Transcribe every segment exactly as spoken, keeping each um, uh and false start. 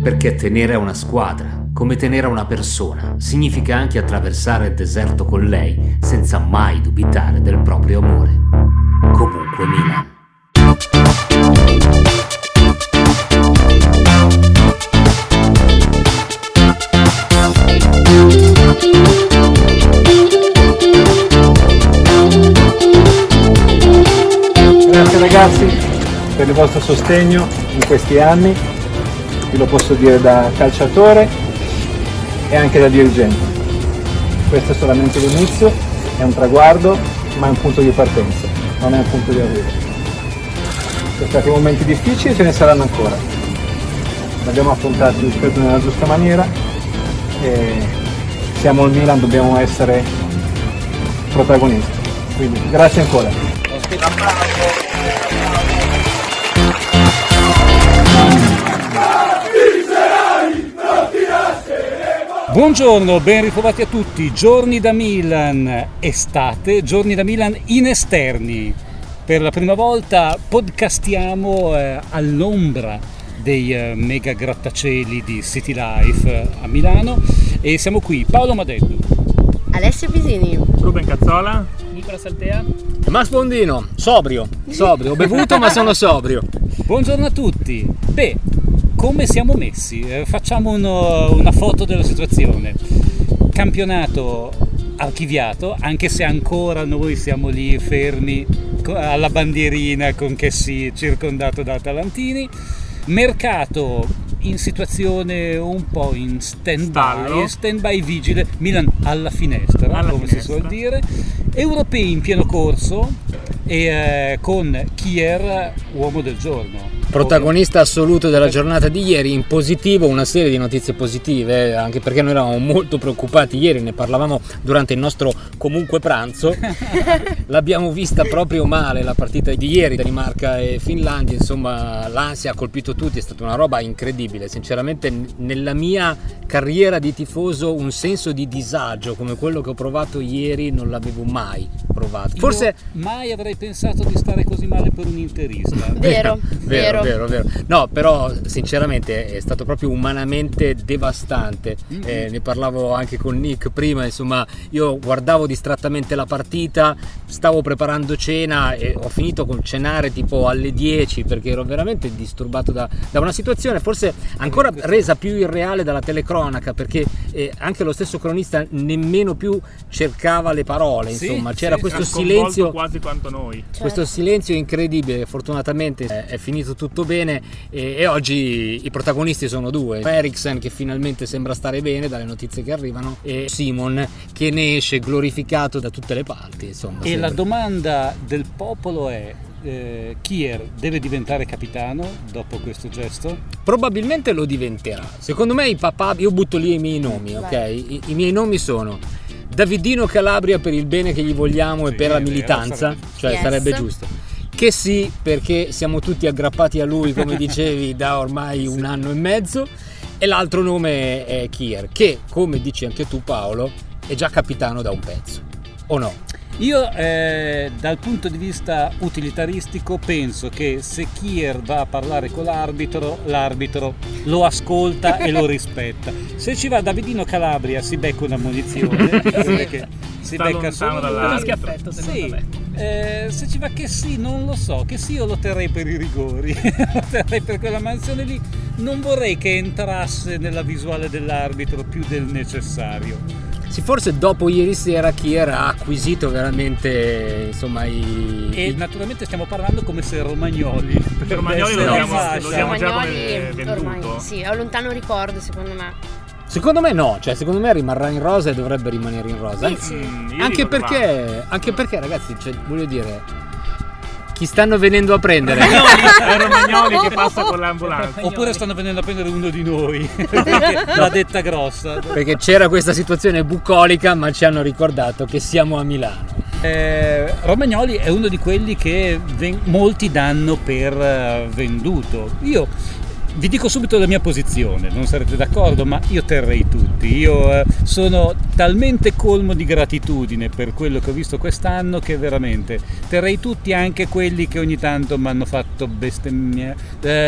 perché tenere a una squadra, come tenere a una persona, significa anche attraversare il deserto con lei senza mai dubitare del proprio amore. Comunque Milan. Grazie ragazzi per il vostro sostegno in questi anni, vi lo posso dire da calciatore e anche da dirigente. Questo è solamente l'inizio, è un traguardo, ma è un punto di partenza, non è un punto di arrivo. Sono stati momenti difficili e ce ne saranno ancora. Li abbiamo affrontati, credo, nella giusta maniera e siamo il Milan, dobbiamo essere protagonisti. Quindi grazie ancora. Buongiorno, ben ritrovati a tutti. Giorni da Milan, estate, giorni da Milan in esterni. Per la prima volta podcastiamo eh, all'ombra dei eh, mega grattacieli di City Life eh, a Milano e siamo qui, Paolo Madeddu, Alessio Pisini, Ruben Cazzola, Nicola Saltea, Mas Bondino, sobrio, sobrio, ho bevuto ma sono sobrio. Buongiorno a tutti. Beh, come siamo messi? Eh, facciamo uno, una foto della situazione. Campionato archiviato, anche se ancora noi siamo lì fermi alla bandierina con Chessy circondato da atalantini. Mercato in situazione un po' in stand-by, stand-by vigile, Milan alla finestra, alla come finestra. Si suol dire. Europei in pieno corso e eh, con Kier uomo del giorno. Protagonista assoluto della giornata di ieri, in positivo una serie di notizie positive, anche perché noi eravamo molto preoccupati ieri, ne parlavamo durante il nostro comunque pranzo. L'abbiamo vista proprio male la partita di ieri, Danimarca e Finlandia, insomma l'ansia ha colpito tutti, è stata una roba incredibile. Sinceramente nella mia carriera di tifoso un senso di disagio come quello che ho provato ieri non l'avevo mai provato. Forse io mai avrei pensato di stare così male per un interista. Vero, vero. vero. Vero, vero. No, però sinceramente è stato proprio umanamente devastante. Mm-hmm. Eh, ne parlavo anche con Nick prima, insomma, io guardavo distrattamente la partita, stavo preparando cena e ho finito col cenare tipo alle dieci perché ero veramente disturbato da, da una situazione forse ancora resa più irreale dalla telecronaca, perché eh, anche lo stesso cronista nemmeno più cercava le parole, insomma, sì, c'era sì, questo silenzio quasi quanto noi. Questo silenzio incredibile. Fortunatamente è, è finito tutto tutto bene e, e oggi i protagonisti sono due: Eriksen, che finalmente sembra stare bene dalle notizie che arrivano, e Simon, che ne esce glorificato da tutte le parti, insomma. E sembra. La domanda del popolo è eh, Kier deve diventare capitano dopo questo gesto? Probabilmente lo diventerà, secondo me. I papà, io butto lì i miei nomi, ok? I, i miei nomi sono Davidino Calabria per il bene che gli vogliamo, sì, e per la militanza, cioè yes. Sarebbe giusto. Che sì, perché siamo tutti aggrappati a lui, come dicevi, da ormai un anno e mezzo. E l'altro nome è Kier, che, come dici anche tu Paolo, è già capitano da un pezzo, o no? Io eh, dal punto di vista utilitaristico penso che se Kier va a parlare con l'arbitro, l'arbitro lo ascolta e lo rispetta. Se ci va Davidino Calabria si becca una munizione, sì. Che si sta becca solo dall'arbitro. Sì. Eh, se ci va che sì, non lo so, che sì, io lo terrei per i rigori, lo terrei per quella mansione lì, non vorrei che entrasse nella visuale dell'arbitro più del necessario. Sì, forse dopo ieri sera Kier ha acquisito veramente, insomma, i... E naturalmente stiamo parlando come se Romagnoli per Romagnoli lo diamo, lo diamo già come venduto. Ormai, sì, è un lontano ricordo secondo me. Secondo me no, cioè secondo me rimarrà in rosa e dovrebbe rimanere in rosa. Sì, sì. Mm, anche perché anche perché ragazzi, cioè, voglio dire, chi stanno venendo a prendere? È Romagnoli che passa con l'ambulanza. Oppure stanno venendo a prendere uno di noi. La detta grossa. Perché c'era questa situazione bucolica, ma ci hanno ricordato che siamo a Milano. Eh, Romagnoli è uno di quelli che ven- molti danno per uh, venduto. Io vi dico subito la mia posizione, non sarete d'accordo, ma io terrei tutti. Io eh, sono talmente colmo di gratitudine per quello che ho visto quest'anno che veramente terrei tutti, anche quelli che ogni tanto mi hanno fatto bestemmia, eh,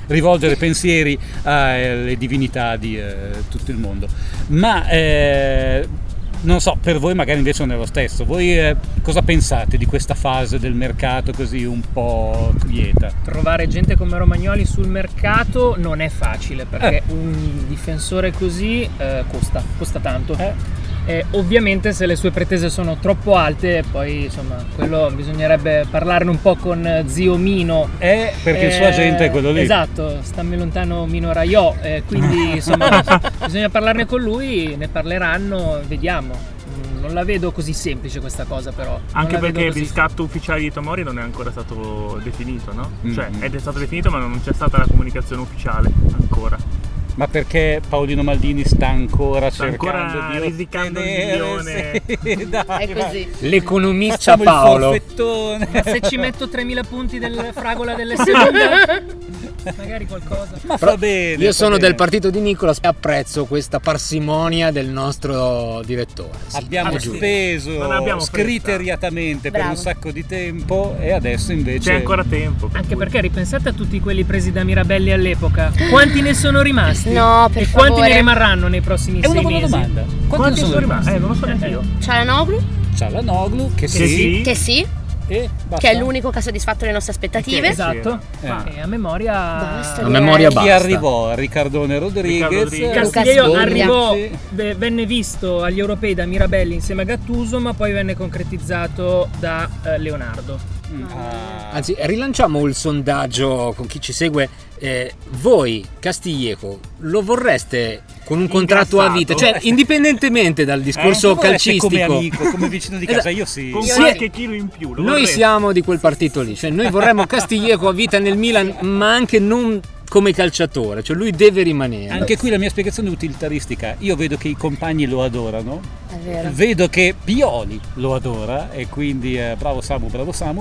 rivolgere pensieri alle divinità di eh, tutto il mondo. Ma eh, non so, per voi magari invece non è lo stesso. Voi eh, cosa pensate di questa fase del mercato così un po' quieta? Trovare gente come Romagnoli sul mercato non è facile, perché eh. un difensore così eh, costa, costa tanto. Eh. Eh, ovviamente se le sue pretese sono troppo alte, poi insomma quello bisognerebbe parlarne un po' con zio Mino, eh, perché eh, il suo agente è quello lì. Esatto, stammi lontano Mino Raiò, eh, quindi insomma bisogna parlarne con lui, ne parleranno, vediamo. Non la vedo così semplice questa cosa, però. Anche perché il riscatto ufficiale di Tomori non è ancora stato definito, no? Mm-hmm. Cioè è stato definito ma non c'è stata la comunicazione ufficiale ancora. Ma perché Paolino Maldini sta ancora sta cercando ancora di risicando il milione? Sì, dai, è così. L'economista Paolo. Ma se ci metto tremila punti del fragola delle seconde, magari qualcosa. Ma fa bene. Io fa sono bene. del partito di Nicolas e apprezzo questa parsimonia del nostro direttore. Sì, abbiamo speso abbiamo scriteriatamente per Bravo. un sacco di tempo e adesso invece c'è ancora tempo. Per Anche cui. perché ripensate a tutti quelli presi da Mirabelli all'epoca. Quanti ne sono rimasti? No, per e quanti favore. ne rimarranno nei prossimi è una sei buona mesi? domanda. Quanti, Quanti ne sono rimasti? Eh, non lo so neanche io. Cialanoglu, Cialanoglu che, Che sì, sì. che sì, e basta. che è l'unico che ha soddisfatto le nostre aspettative. Esatto. Eh. E a memoria Basta, A memoria Chi basta. arrivò? Riccardone Rodriguez, Riccardo Rodriguez. Lucas Castiglio Bobbia. arrivò, Sì. beh, venne visto agli europei da Mirabelli insieme a Gattuso, ma poi venne concretizzato da eh, Leonardo. Mm, ah. Anzi, rilanciamo il sondaggio con chi ci segue. Eh, voi, Castiglieco, lo vorreste con un contratto a vita? Cioè, indipendentemente dal discorso Lo vorreste calcistico. come amico, come vicino di casa, io sì. Con Io- qualche chilo in più. Lo Noi vorresti? siamo di quel partito lì, cioè noi vorremmo Castiglieco a vita nel Milan, ma anche non come calciatore, cioè lui deve rimanere. Anche qui la mia spiegazione è utilitaristica. Io vedo che i compagni lo adorano, È vero. vedo che Pioli lo adora e quindi eh, bravo Samu, bravo Samu.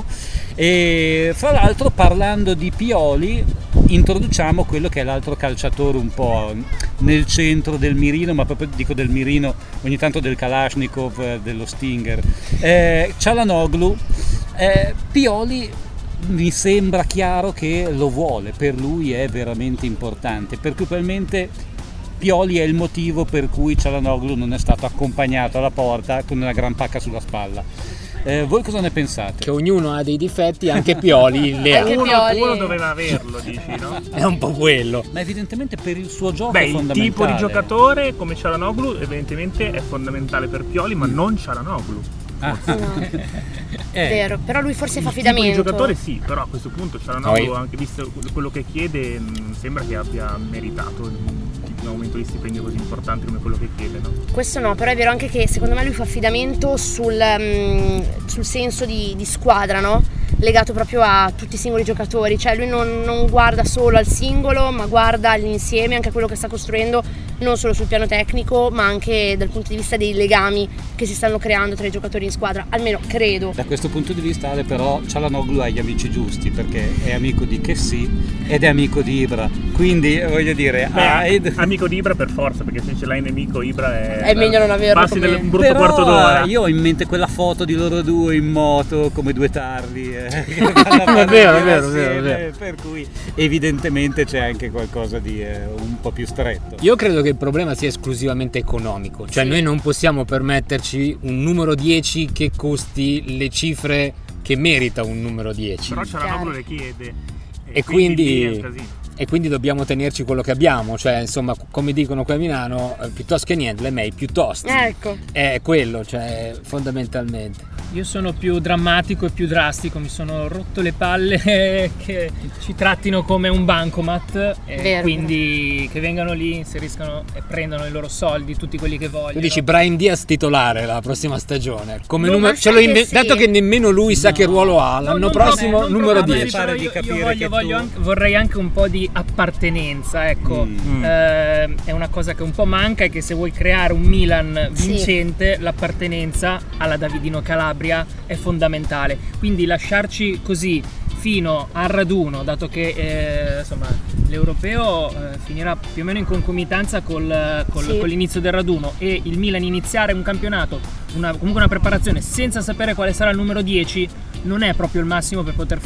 E fra l'altro, parlando di Pioli, introduciamo quello che è l'altro calciatore un po' nel centro del mirino, ma proprio dico del mirino, ogni tanto del Kalashnikov, eh, dello Stinger. Eh, Cialanoglu, eh, Pioli mi sembra chiaro che lo vuole, per lui è veramente importante, per cui probabilmente Pioli è il motivo per cui Cialanoglu non è stato accompagnato alla porta con una gran pacca sulla spalla. Eh, voi cosa ne pensate? Che ognuno ha dei difetti, anche Pioli le ha. Anche Uno, Pioli. uno doveva averlo, dici, no? È un po' quello. Ma evidentemente per il suo gioco Beh, è il fondamentale. tipo di giocatore come Cialanoglu evidentemente è fondamentale per Pioli, ma non Cialanoglu. Ah. No. Eh, Vero, però lui forse fa Il tipo di affidamento. giocatore sì, però a questo punto Cialanoglu, Poi- anche visto quello che chiede, mh, sembra che abbia meritato un un aumento di stipendio così importante come quello che chiede, no? Questo no, però è vero anche che secondo me lui fa affidamento sul, mm, sul senso di, di squadra, no? Legato proprio a tutti i singoli giocatori, cioè lui non, non guarda solo al singolo, ma guarda all'insieme, anche a quello che sta costruendo, non solo sul piano tecnico, ma anche dal punto di vista dei legami che si stanno creando tra i giocatori in squadra, almeno credo. Da questo punto di vista Ale, però Cialanoglu ha gli amici giusti, perché è amico di Chessy ed è amico di Ibra, quindi voglio dire Beh, ah, ed- amico di Ibra per forza, perché se ce l'hai nemico Ibra è... È meglio non averlo Passi come- del brutto però quarto d'ora. io ho in mente quella foto di loro due in moto come due tarli, eh, che vanno a È vero, fare è vero, è assieme, vero, è vero. per cui evidentemente c'è anche qualcosa di eh, un po' più stretto. Io credo che il problema sia esclusivamente economico, cioè Sì. noi non possiamo permetterci un numero dieci che costi le cifre che merita un numero dieci. Però Cialanoglu Chiaro. le chiede. E quindi- lì è un casino. E quindi dobbiamo tenerci quello che abbiamo, cioè insomma come dicono qui a Milano, eh, piuttosto che niente, le mei piuttosto. Ecco. È quello, cioè fondamentalmente. Io sono più drammatico e più drastico, mi sono rotto le palle che ci trattino come un bancomat e Vero. quindi che vengano lì, inseriscano e prendano i loro soldi, tutti quelli che vogliono. Tu dici Brahim Diaz titolare la prossima stagione, come No, numero, ma ce l'ho sai inve- che sì. dato che nemmeno lui sa No. che ruolo ha, No, l'anno non prossimo proprio, non numero proprio, dieci. però Pare di io- capire io voglio, che voglio tu- anche- vorrei anche un po' di appartenenza, ecco. Mm. Eh, è una cosa che un po' manca e che se vuoi creare un Milan Sì. vincente, l'appartenenza alla Davidino Calabria è fondamentale. Quindi lasciarci così fino al raduno, dato che eh, insomma l'europeo eh, finirà più o meno in concomitanza col, col- Sì. con l'inizio del raduno, e il Milan iniziare un campionato, una, comunque una preparazione senza sapere quale sarà il numero dieci non è proprio il massimo per poter fare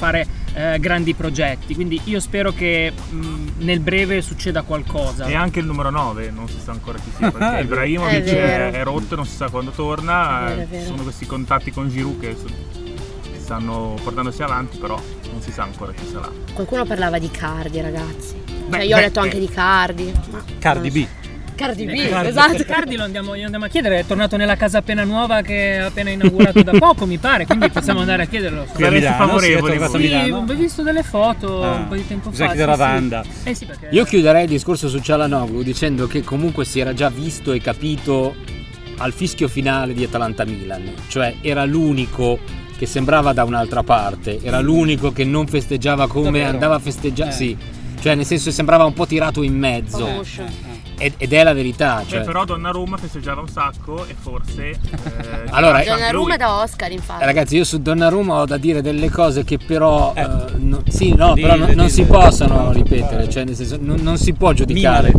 eh, grandi progetti, quindi io spero che mh, nel breve succeda qualcosa. E anche il numero nove non si sa ancora chi sia, perché Ibrahimovic è, è, è rotto, non si sa quando torna, È vero, è vero. ci sono questi contatti con Giroud che stanno portandosi avanti, però non si sa ancora chi sarà. Qualcuno parlava di Cardi, ragazzi. Beh, cioè io beh, ho letto beh. anche di Cardi. Ma Cardi B. Cardi B, Cardi, esatto. Cardi lo andiamo, gli andiamo a chiedere, è tornato nella casa appena nuova che ha appena inaugurato da poco, mi pare, quindi possiamo andare a chiederlo. Qui a Saresti Milano, favorevole, siete arrivato a Sì, Milano? ho visto delle foto Ah, un po' di tempo fa. Zach sì, della sì. Vanda. Eh sì, perché Io chiuderei il discorso su Çalhanoğlu dicendo che comunque si era già visto e capito al fischio finale di Atalanta-Milan, cioè era l'unico che sembrava da un'altra parte, era l'unico che non festeggiava come Davvero? andava a festeggiare, Eh. sì, cioè nel senso sembrava un po' tirato in mezzo. Famoscio. Ed, ed è la verità, Beh, cioè. però Donnarumma festeggiava un sacco e forse eh, Allora, anche Donnarumma lui. da Oscar, infatti. Ragazzi, io su Donnarumma ho da dire delle cose che però Eh. eh, no- sì, no, Dille, però non, non si dille. possono No, ripetere, fare. cioè nel senso non, non si può giudicare.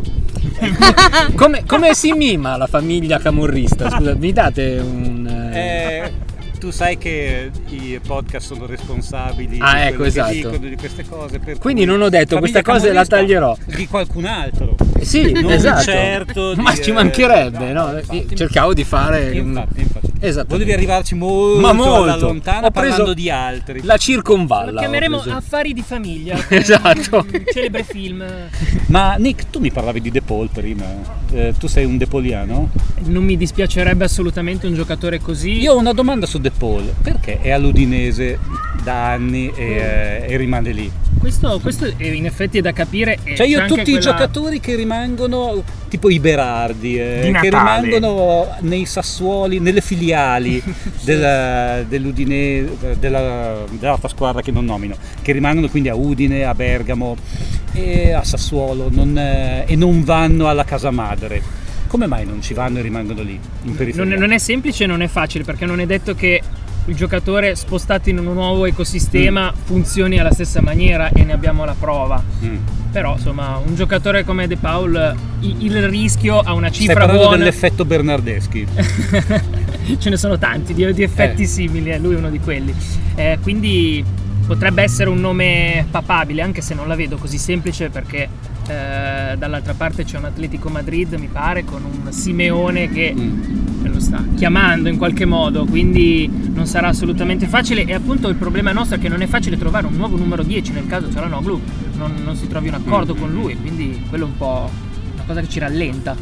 come, come si mima la famiglia camorrista? Scusa, mi date un eh, Eh, tu sai che i podcast sono responsabili Ah, di ecco, quello esatto. che dicono, di queste cose. Per Quindi cui non ho detto, famiglia questa cosa la camorrista taglierò. Di qualcun altro. Sì, non esatto. certo di- Ma ci eh, mancherebbe, no, no? infatti. Cercavo di fare un- Infatti, infatti. Esattamente. Volevi arrivarci molto, Ma molto. alla lontana Ho preso parlando di altri. la circonvalla. lo ho chiameremo preso. Affari di famiglia. Esatto. Un celebre film. Ma Nick, tu mi parlavi di De Paul prima. Eh, tu sei un depoliano? Non mi dispiacerebbe assolutamente un giocatore così. Io ho una domanda su De Paul. Perché è all'Udinese da anni e, eh, e rimane lì? Questo, questo è- in effetti è da capire. e Cioè io c'è anche tutti i quella- giocatori che rimangono, tipo i Berardi, eh, Di che Natale. rimangono nei Sassuoli, nelle filiali del- dell'Udinese, della, dell'altra squadra che non nomino, che rimangono quindi a Udine, a Bergamo e a Sassuolo non, eh, e non vanno alla casa madre. Come mai non ci vanno e rimangono lì, in periferia? Non è, non è semplice, non è facile, perché non è detto che il giocatore spostato in un nuovo ecosistema funzioni alla stessa maniera, e ne abbiamo la prova. Mm. Però insomma un giocatore come De Paul, i- il rischio ha una Stai cifra parlando buona. dell'effetto Bernardeschi. Ce ne sono tanti di, di effetti Eh. simili, eh, lui è uno di quelli. Eh, quindi potrebbe essere un nome papabile, anche se non la vedo così semplice, perché eh, dall'altra parte c'è un Atletico Madrid, mi pare, con un Simeone che Mm. lo sta chiamando in qualche modo, quindi non sarà assolutamente facile. E appunto il problema nostro è che non è facile trovare un nuovo numero dieci, nel caso Çalhanoğlu non, non si trovi un accordo con lui, quindi quello è un po' una cosa che ci rallenta.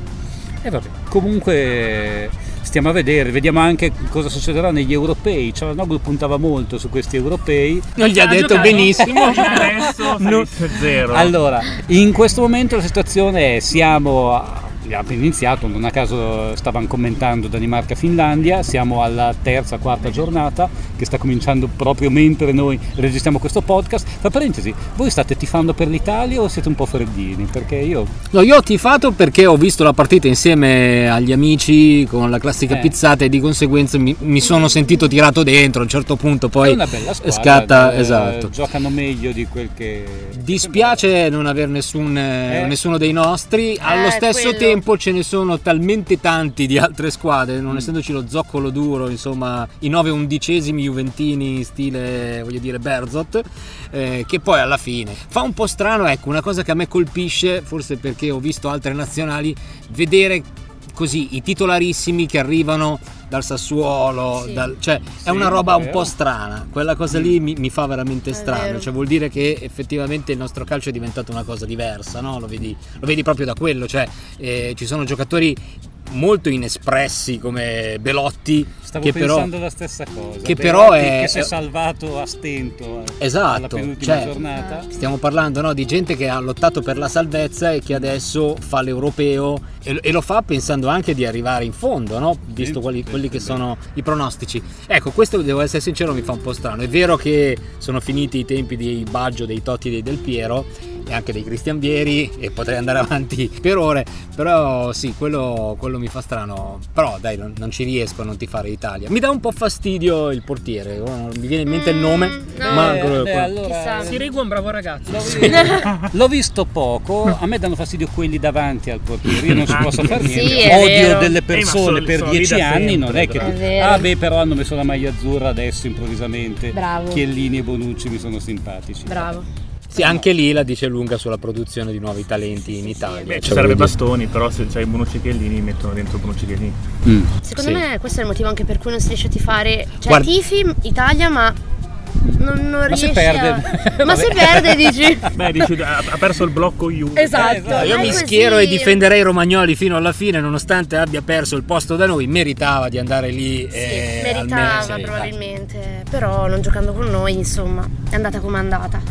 E vabbè, comunque stiamo a vedere, vediamo anche cosa succederà negli europei. Çalhanoğlu puntava molto su questi europei. Non gli ha Ha detto giocato? benissimo. Adesso salisse zero. Allora, in questo momento la situazione è, siamo, a- abbiamo appena iniziato, non a caso stavano commentando Danimarca-Finlandia, siamo alla terza, quarta giornata che sta cominciando proprio mentre noi registriamo questo podcast. Tra parentesi, voi state tifando per l'Italia o siete un po' freddini? Perché io... No, io ho tifato perché ho visto la partita insieme agli amici con la classica Eh. pizzata, e di conseguenza mi, mi sono sentito tirato dentro. A un certo punto poi è una bella squadra, scatta, eh, esatto. giocano meglio di quel che... Dispiace non aver nessun, eh, Eh. nessuno dei nostri, allo Eh, stesso quello. tempo ce ne sono talmente tanti di altre squadre, non essendoci lo zoccolo duro, insomma i nove undicesimi juventini stile, voglio dire, Berzot, eh, che poi alla fine fa un po' strano. Ecco, una cosa che a me colpisce, forse perché ho visto altre nazionali, vedere così i titolarissimi che arrivano dal Sassuolo, Sì. dal- cioè Sì, è una roba un vero. po' strana, quella cosa lì mi, mi fa veramente È strano, vero. cioè vuol dire che effettivamente il nostro calcio è diventato una cosa diversa, no? Lo vedi, lo vedi proprio da quello, cioè eh, ci sono giocatori molto inespressi come Belotti, Stavo che però pensando la stessa cosa. che Belotti però è- che si è è- salvato a stento eh, Esatto, alla penultima cioè- giornata. stiamo parlando, no, di gente che ha lottato per la salvezza e che adesso fa l'europeo e, e lo fa pensando anche di arrivare in fondo, no? Visto Sì, quelli, sì, quelli sì, che sì. sono i pronostici. Ecco, questo devo essere sincero, mi fa un po' strano. È vero che sono finiti i tempi dei Baggio, dei Totti e dei Del Piero, e anche dei Christian Vieri, e potrei andare avanti per ore, però sì, quello, quello mi fa strano, però dai, non, non ci riesco a non tifare Italia. Mi dà un po' fastidio il portiere, non mi viene in mente il nome, no. ma Eh, quello- beh, allora, Sirigu è un bravo ragazzo. l'ho visto poco, a me danno fastidio quelli davanti al portiere, io non ci posso fare Sì, niente, è odio vero. delle Eh, ma persone sono- per sono lì dieci da anni, sempre, non è che però. È vero. ah beh però hanno messo la maglia azzurra adesso improvvisamente, Bravo. Chiellini e Bonucci mi sono simpatici. Bravo. sì, anche lì la dice lunga sulla produzione di nuovi talenti in Italia. Beh, ci Cioè, sarebbe voglio dire- Bastoni, però se c'hai Bonucci e Chiellini mettono dentro Bonucci e Chiellini. Mm. Secondo Sì. me questo è il motivo anche per cui non si riesce a tifare. Cioè, Guarda- tifi Italia, ma non, non Ma se riesci perde- a... Ma se perde, dici? Beh, dici, ha, ha perso il blocco Juve. Esatto. Eh, Io ma è mi così. schiero e difenderei Romagnoli fino alla fine, nonostante abbia perso il posto da noi, meritava di andare lì. Sì, eh, meritava almeno- sì, probabilmente, però non giocando con noi, insomma, è andata come è andata.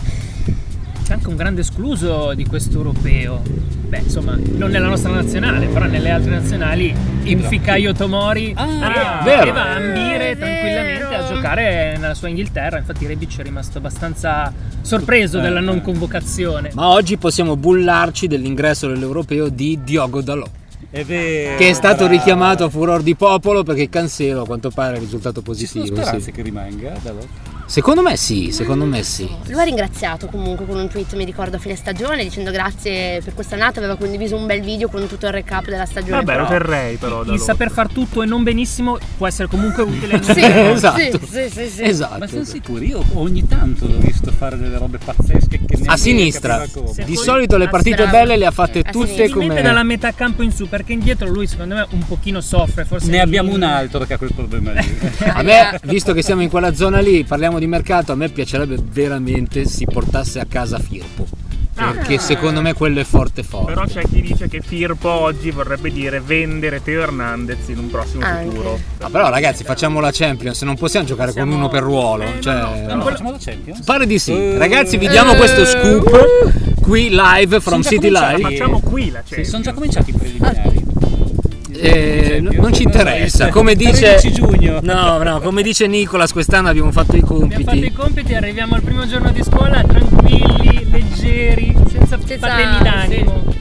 C'è anche un grande escluso di questo europeo. Beh, insomma, non nella nostra nazionale, però nelle altre nazionali, il Fikayo Tomori Ah, che vero. poteva ambire È tranquillamente vero. a giocare nella sua Inghilterra. Infatti Rebic è rimasto abbastanza sorpreso Eh, della non eh. convocazione. Ma oggi possiamo bullarci dell'ingresso dell'europeo di Diogo Dalot, È vero, che è stato bravo. richiamato a furor di popolo perché Cancelo a quanto pare è risultato Ci sono positivo. speranze Sì. che rimanga Dalot? Secondo me sì, secondo me sì. Lui ha ringraziato comunque con un tweet, mi ricordo, a fine stagione, dicendo grazie per questa annata, aveva condiviso un bel video con tutto il recap della stagione. Vabbè, lo però... terrei però da Il loro. saper far tutto e non benissimo può essere comunque utile. in un Sì, gioco. Esatto. sì, sì, sì, sì. Esatto. Ma sono sicuro, io ogni tanto l'ho visto fare delle robe pazzesche che A neanche sinistra, capiva come. di Poi- solito le Ah, partite bravo. belle le ha fatte A tutte sinistra. Probabilmente dalla come... metà campo in su, perché indietro lui secondo me un pochino soffre. Forse Ne abbiamo un in- altro che ha quel problema lì. A me, visto che siamo in quella zona lì, parliamo di mercato, a me piacerebbe veramente si portasse a casa Firpo, perché Ah. secondo me quello è forte forte. Però c'è chi dice che Firpo oggi vorrebbe dire vendere Teo Hernandez in un prossimo Anche. futuro. Ah, però ragazzi, facciamo la Champions, non possiamo giocare con uno per ruolo, Eh, no, cioè... no, Allora, no. facciamo la Champions? Pare di sì. Eh. Ragazzi, vi diamo questo scoop qui live from Sono già City cominciati. Live. Facciamo qui la Sì, Champions. sono già cominciati i preliminari. Eh, n- non ci interessa, come dice tredici giugno. No, no, come dice Nicolas, quest'anno abbiamo fatto i Abbiamo fatto i compiti. compiti, arriviamo al primo giorno di scuola tranquilli, leggeri, senza Senza- patemi d'animo.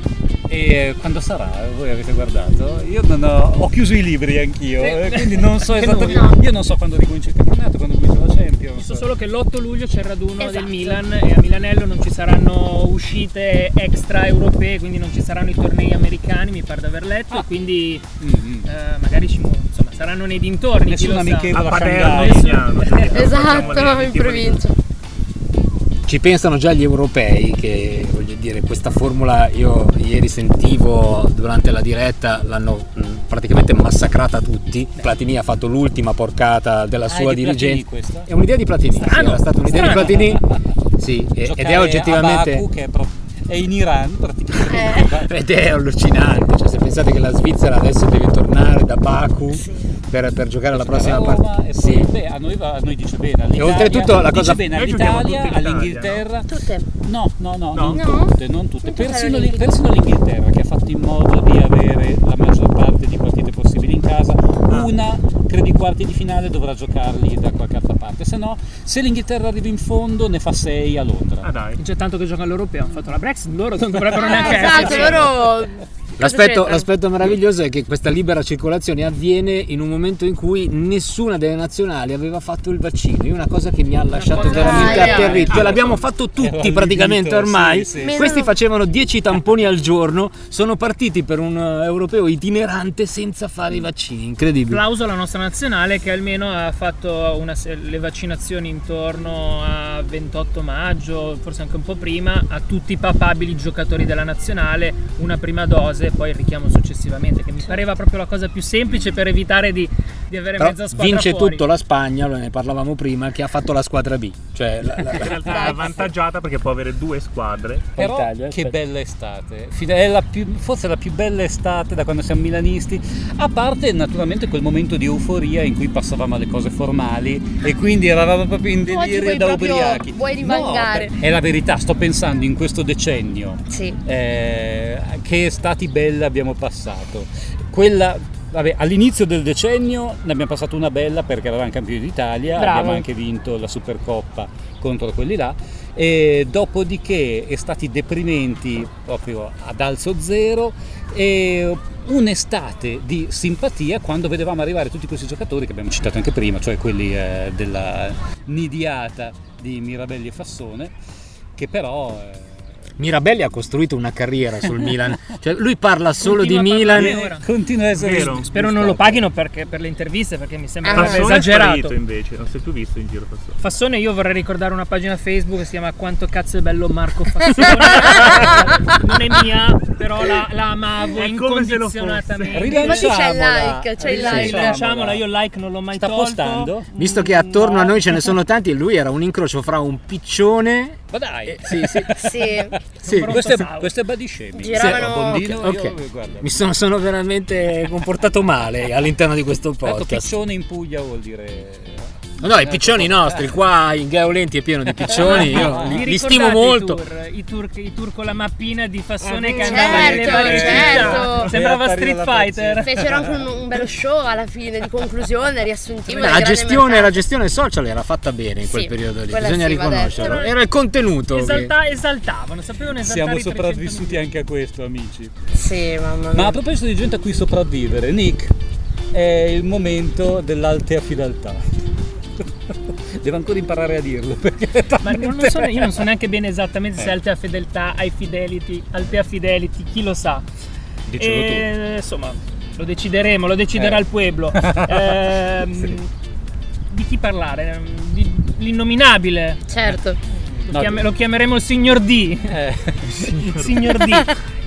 E quando sarà? Voi avete guardato? Io non ho, ho chiuso i libri anch'io, Eh, e quindi non so che esattamente. nulla. Io non so quando ricomincia il campionato, quando comincia la Champions. So solo che l'otto luglio c'è il raduno Esatto. del Milan e a Milanello non ci saranno uscite extra europee, quindi non ci saranno i tornei americani, mi pare di aver letto, Ah. e quindi Mm-hmm. eh, magari ci, insomma, saranno nei dintorni. chi Nessun lo sa. amichevole. A Paterno, Shanghai. Mignano, cioè, facciamo Esatto, dei- in tipo di- provincia. Ci pensano già gli europei che, voglio dire, questa formula io ieri sentivo durante la diretta, l'hanno mh, praticamente massacrata tutti. Platini ha fatto l'ultima porcata della Ah, sua è di Platini dirigenza. questa? È un'idea di Platini, sì, Strano, era stata un'idea di strano. Platini. Sì, e- ed Giocare è oggettivamente a Baku, che è, pro- è in Iran praticamente. Eh. ed è allucinante, cioè se pensate che la Svizzera adesso deve tornare da Baku per, per giocare la prossima Roma, partita. e poi, Sì. beh, a noi, va- a noi dice bene all'Italia, oltretutto la dice cosa- bene Noi giochiamo all'Italia, tutti in Italia, all'Inghilterra. Tutte. No, no, no, No? non No? tutte, non tutte. Non tutte Persino, le lì- Olimpiadi. persino l'Inghilterra che ha fatto in modo di avere la maggior parte di partite possibili in casa, una credo i quarti di finale dovrà giocarli da qualche altra parte, se no se l'Inghilterra arriva in fondo ne fa sei a Londra. Ah dai. C'è tanto che gioca all'europeo, hanno fatto la Brexit, loro non dovrebbero neanche Esatto, esserci. loro... L'aspetto, Cosa l'aspetto meraviglioso è che questa libera circolazione avviene in un momento in cui nessuna delle nazionali aveva fatto il vaccino. È una cosa che mi ha lasciato cosa veramente strana. atterrito. Cioè, Ah, l'abbiamo fatto tutti Ero praticamente allibito, ormai. sì, sì. Meno- Questi facevano dieci tamponi al giorno, sono partiti per un eh, europeo itinerante senza fare i vaccini. Incredibile. Applauso alla nostra nazionale che almeno ha fatto una se- le vaccinazioni intorno a ventotto maggio, forse anche un po' prima, a tutti i papabili giocatori della nazionale, una prima dose e poi il richiamo successivamente, che mi pareva proprio la cosa più semplice per evitare di, di avere Però mezza squadra vince fuori. tutto la Spagna, lo ne parlavamo prima, che ha fatto la squadra B. Cioè, la- la- In realtà è avvantaggiata perché può avere due squadre. Però Italia, che aspetta. bella estate, Fine- è la più- forse la più bella estate da quando siamo milanisti, a parte naturalmente quel momento di euforia in cui passavamo alle cose formali e quindi eravamo proprio in Tu oggi delirio vuoi da proprio- ubriachi. vuoi divangare. No, è la verità, sto pensando in questo decennio Sì. eh, che estati belle abbiamo passato. Quella vabbè, all'inizio del decennio ne abbiamo passato una bella perché eravamo campioni d'Italia, Bravo. abbiamo anche vinto la Supercoppa contro quelli là, e dopodiché è stati deprimenti proprio ad alzo zero e un'estate di simpatia quando vedevamo arrivare tutti questi giocatori che abbiamo citato anche prima, cioè quelli eh, della nidiata di Mirabelli e Fassone, che però... Eh, Mirabelli ha costruito una carriera sul Milan, cioè lui parla solo Continua di a Milan. parlare ora. continua a essere Vero. Spero non lo paghino perché per le interviste, perché mi sembra Ah. Fassone è esagerato. sparito invece, non si è più visto in giro Fassone. Fassone, io vorrei ricordare una pagina Facebook che si chiama Quanto cazzo è bello Marco Fassone. Non è mia, però la, la amavo È come se lo incondizionatamente. Rilanciamola. Infatti c'è il like, c'è il like. Rilanciamola, io il like non l'ho mai Sta tolto. postando? Visto che attorno a noi ce ne sono tanti, lui era un incrocio fra un piccione. Ma dai, Sì, sì, Sì, sì. Pronto questo è, Sau. questo è body shaming. Giravano- Bondino, Ok, io, ok. guarda, Mi sono, sono veramente comportato male all'interno di questo tanto podcast. piccione in Puglia vuol dire... No, i piccioni nostri, qua in Gaolenti è pieno di piccioni, io Vi li, li ricordate stimo molto. I tour, i tour, i tour con la mappina di Fassone Ah, che certo, andava nelle varie certo. città. Sembrava Apparire Street alla Fighter. fecero anche un, un bello show alla fine, di conclusione, riassuntivo. del La grande gestione, mercato. la gestione social era fatta bene in quel Sì, periodo lì, quella bisogna sì, va riconoscerlo. detto. Era il contenuto. che- Esalta- esaltavano, sapevano esaltare Siamo i sopravvissuti anche a questo, amici. Sì, mamma mia. Ma a proposito di gente a cui sopravvivere, Nick, è il momento dell'altea fedeltà. Devo ancora imparare a dirlo perché è Ma non talmente so, io non so neanche bene esattamente se Eh. Altea Fedeltà, High Fidelity, Altea Fidelity, chi lo sa. Dicelo E, insomma, lo decideremo, lo deciderà Eh. il pueblo. Ehm, Sì. Di chi parlare? Di, l'innominabile. Certo. Lo, No, chiam- lo chiameremo il signor D. tu. Eh, Signor D.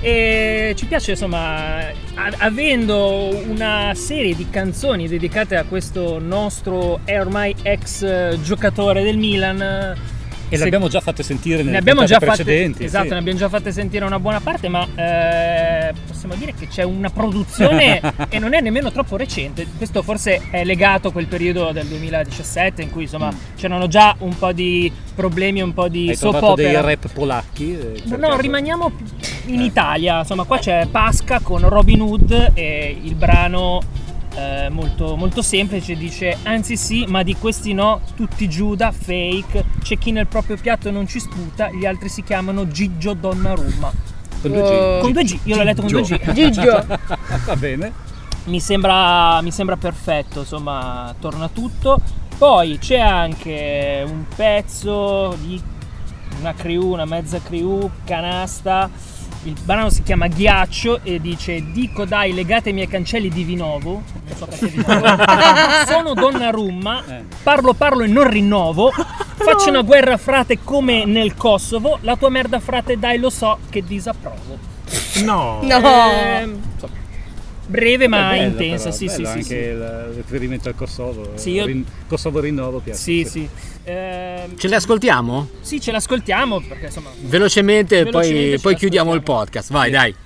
E ci piace, insomma, a- avendo una serie di canzoni dedicate a questo nostro è ormai ex eh, giocatore del Milan. e Se- le abbiamo già fatte sentire nelle ne abbiamo già puntate fatte, precedenti. esatto, sì. ne abbiamo già fatte sentire una buona parte, ma eh, possiamo dire che c'è una produzione e non è nemmeno troppo recente. Questo forse è legato a quel periodo del duemiladiciassette in cui insomma c'erano già un po' di problemi, un po' di Hai soap trovato dei opera. rap polacchi? eh, per No, caso? rimaniamo in Italia, insomma qua c'è Pasca con Robin Hood e il brano eh, molto, molto semplice, dice anzi sì, ma di questi no, tutti Giuda, fake, c'è chi nel proprio piatto non ci sputa, gli altri si chiamano Gigio Donnarumma. Con due Oh. G. Con due G, io l'ho letto con due G. Gigio. Va bene. Mi sembra, mi sembra perfetto, insomma, torna tutto. Poi c'è anche un pezzo di una crew, una mezza crew, canasta. Il brano si chiama Ghiaccio e dice dico dai legate i miei cancelli di Vinovo, non so perché Vinovo. Sono Donnarumma, Eh. parlo parlo e non rinnovo, faccio una guerra frate come nel Kosovo, la tua merda frate dai lo so che disapprovo. No. No. Ehm, insomma, breve ma È bella, intensa, però, sì, sì, bello sì, anche sì. il riferimento al Kosovo. Sì, io- Rin- Kosovo rinnovo piace. Sì, sì. Ehm, Ce le ascoltiamo? sì, ce l'ascoltiamo perché insomma. Velocemente, Velocemente poi, ce poi chiudiamo il l'ascoltiamo. podcast. Vai, dai.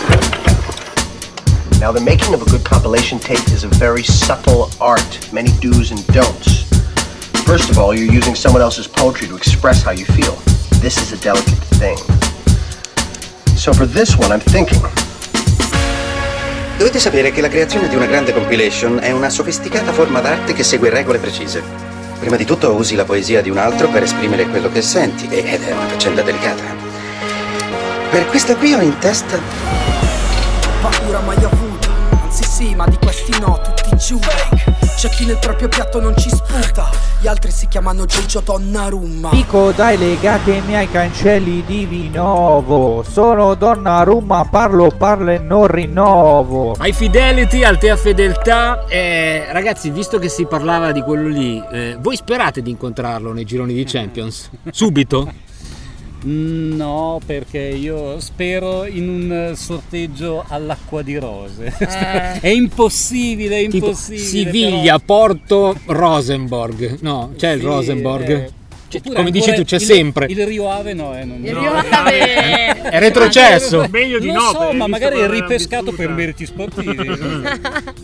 Now, the making of a good compilation tape is a very subtle art, many do's and don'ts. First of all, you're using someone else's poetry to express how you feel. This is a delicate thing. So for this one, I'm thinking. Dovete sapere che la creazione di una grande compilation è una sofisticata forma d'arte che segue regole precise. Prima di tutto usi la poesia di un altro per esprimere quello che senti, ed è una faccenda delicata. Per questa qui ho in testa Paura mai avuta, anzi sì, ma di questi no, tutti giù. C'è chi nel proprio piatto non ci sputa, gli altri si chiamano Gigio Donnarumma. Dico dai legate i miei cancelli di Vinovo. Sono Donnarumma, parlo, parlo e non rinnovo. High Fidelity, Altea Fedeltà. Eh, ragazzi, visto che si parlava di quello lì, eh, voi sperate di incontrarlo nei gironi di Champions? Subito? No, perché io spero in un sorteggio all'acqua di rose. Eh. È impossibile, è Tipo impossibile. Siviglia, Porto, Rosenborg. No, c'è il Sì, Rosenborg. eh, Cioè, oppure come dici ancora tu, c'è il- sempre. Il Rio Ave no, eh, non Il no. Rio Ave. È retrocesso. Meglio di Non no. so, perché ma visto magari è come l'hanno ripescato vissuta. per meriti sportivi.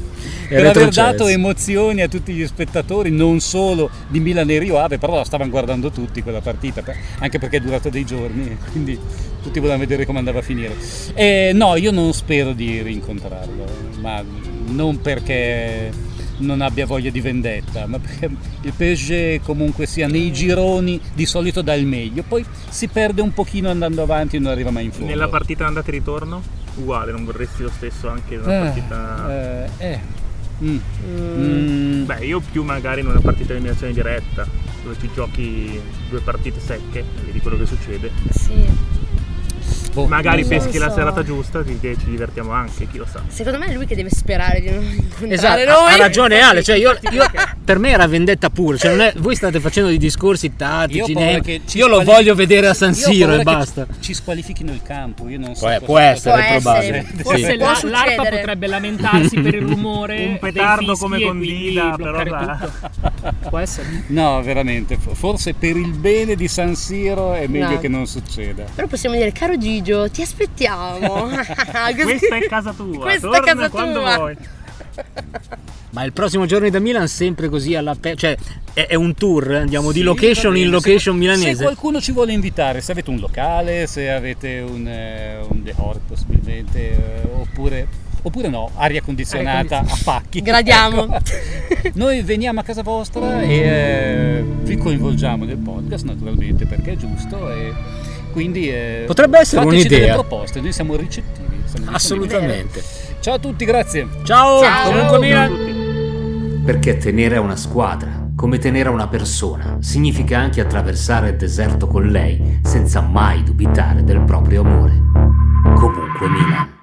per aver dato emozioni a tutti gli spettatori, non solo di Milan e Rio Ave, però la stavano guardando tutti quella partita, anche perché è durata dei giorni, quindi tutti volevano vedere come andava a finire. E no, io non spero di rincontrarlo, ma non perché non abbia voglia di vendetta, ma perché il P S G comunque sia nei gironi di solito dà il meglio, poi si perde un pochino andando avanti e non arriva mai in fondo. Nella partita andata e ritorno uguale, non vorresti lo stesso anche in una eh, partita eh, eh. Mm. Mm. Beh, io più magari in una partita di eliminazione diretta dove ti giochi due partite secche, vedi quello che succede. Sì. Boh, magari peschi so. la serata giusta, che ci divertiamo anche, chi lo sa. Secondo me è lui che deve sperare di non incontrare esatto, noi. Ha ragione Ale, cioè io, io per me era vendetta pura, cioè non è, voi state facendo dei discorsi tattici, io, io lo voglio vedere a San Siro e basta. Ci squalifichino il campo, io non so. Può, può essere, è probabile. Forse sì. la, l'ARPA potrebbe lamentarsi per il rumore, un petardo come Condida, però può essere. No, veramente, forse per il bene di San Siro è meglio no. che non succeda. Però possiamo dire, caro Gigio, ti aspettiamo. Questa è casa tua. Questa Torna è casa quando tua. vuoi. Ma il prossimo giorno da Milan sempre così alla pe- cioè è, è un tour, andiamo sì, di location in location se, milanese. Se qualcuno ci vuole invitare, se avete un locale, se avete un, eh, un The Hort possibilmente, eh, oppure oppure no, aria condizionata aria a pacchi. Gradiamo. Ecco. Noi veniamo a casa vostra e eh, vi coinvolgiamo nel podcast naturalmente perché è giusto e quindi eh, potrebbe essere un'idea. Delle proposte, noi siamo ricettivi. Siamo assolutamente. Ricettivi. Ciao a tutti, grazie. Ciao. Ciao. Comunque Milan. Perché tenere a una squadra, come tenere a una persona, significa anche attraversare il deserto con lei senza mai dubitare del proprio amore. Comunque Milan.